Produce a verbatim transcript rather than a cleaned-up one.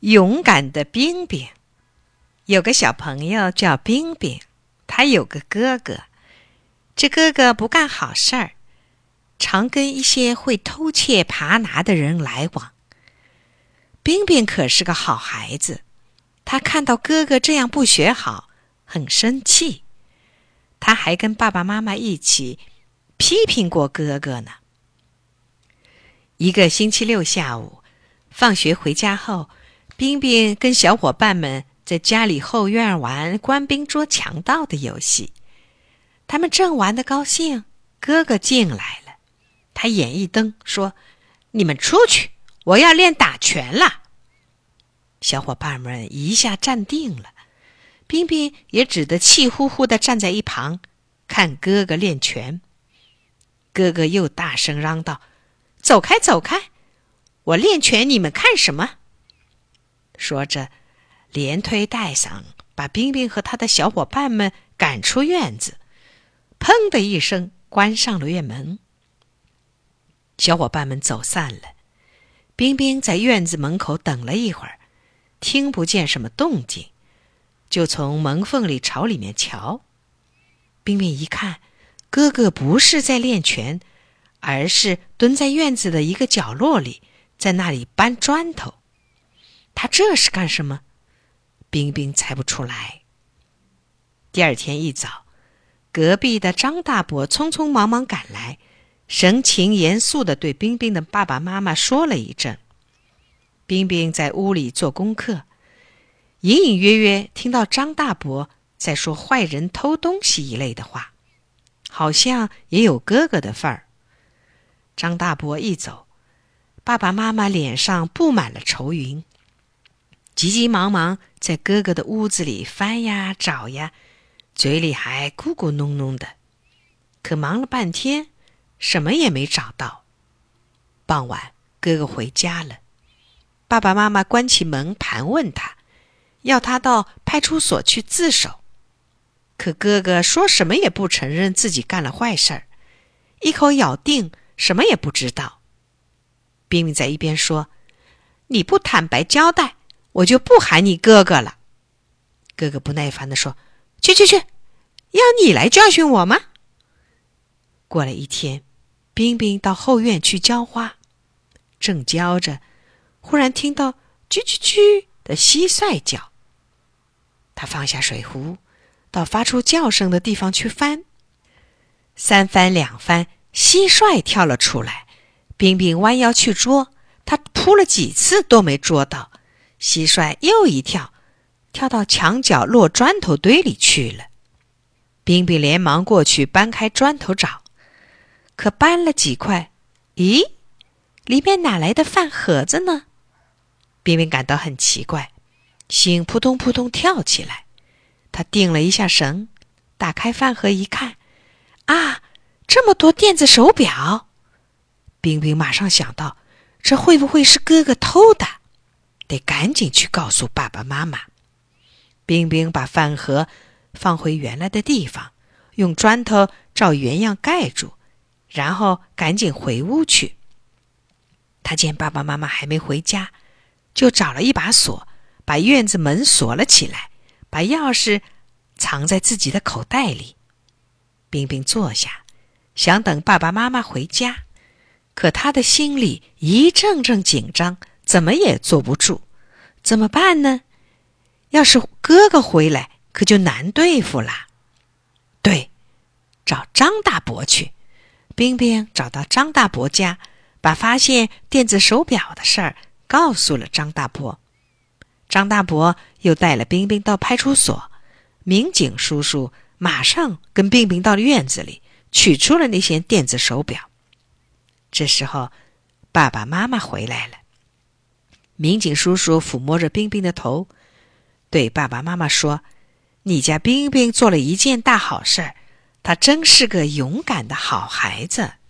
勇敢的冰冰。有个小朋友叫冰冰，他有个哥哥，这哥哥不干好事儿，常跟一些会偷窃扒拿的人来往。冰冰可是个好孩子，他看到哥哥这样不学好，很生气。他还跟爸爸妈妈一起批评过哥哥呢。一个星期六下午，放学回家后，冰冰跟小伙伴们在家里后院玩官兵捉强盗的游戏。他们正玩得高兴，哥哥进来了。他眼一瞪说：“你们出去，我要练打拳了。”小伙伴们一下站定了，冰冰也只得气呼呼地站在一旁，看哥哥练拳。哥哥又大声嚷道：“走开，走开！我练拳，你们看什么？”说着，连推带搡，把冰冰和他的小伙伴们赶出院子，砰的一声关上了院门。小伙伴们走散了，冰冰在院子门口等了一会儿，听不见什么动静，就从门缝里朝里面瞧。冰冰一看，哥哥不是在练拳，而是蹲在院子的一个角落里，在那里搬砖头。他这是干什么？冰冰猜不出来。第二天一早，隔壁的张大伯匆匆忙忙赶来，神情严肃地对冰冰的爸爸妈妈说了一阵。冰冰在屋里做功课，隐隐约约听到张大伯在说坏人偷东西一类的话，好像也有哥哥的份儿。张大伯一走，爸爸妈妈脸上布满了愁云，急急忙忙在哥哥的屋子里翻呀找呀，嘴里还咕咕哝哝的，可忙了半天什么也没找到。傍晚哥哥回家了，爸爸妈妈关起门盘问他，要他到派出所去自首。可哥哥说什么也不承认自己干了坏事儿，一口咬定什么也不知道。冰冰在一边说：“你不坦白交代，我就不喊你哥哥了。”哥哥不耐烦地说：“去去去，要你来教训我吗？”过了一天，冰冰到后院去浇花，正浇着，忽然听到啾啾啾的蟋蟀叫。他放下水壶，到发出叫声的地方去翻。三翻两翻，蟋蟀跳了出来。冰冰弯腰去捉，他扑了几次都没捉到，蟋蟀又一跳，跳到墙角落砖头堆里去了。冰冰连忙过去搬开砖头找，可搬了几块，咦，里面哪来的饭盒子呢？冰冰感到很奇怪，心扑通扑通跳起来。他定了一下神，打开饭盒一看，啊，这么多电子手表！冰冰马上想到，这会不会是哥哥偷的？得赶紧去告诉爸爸妈妈。冰冰把饭盒放回原来的地方，用砖头照原样盖住，然后赶紧回屋去。他见爸爸妈妈还没回家，就找了一把锁，把院子门锁了起来，把钥匙藏在自己的口袋里。冰冰坐下，想等爸爸妈妈回家，可他的心里一阵阵紧张，怎么也坐不住。怎么办呢？要是哥哥回来，可就难对付了。对，找张大伯去。冰冰找到张大伯家，把发现电子手表的事儿告诉了张大伯。张大伯又带了冰冰到派出所，民警叔叔马上跟冰冰到院子里取出了那些电子手表。这时候爸爸妈妈回来了，民警叔叔抚摸着冰冰的头，对爸爸妈妈说：“你家冰冰做了一件大好事，她真是个勇敢的好孩子。”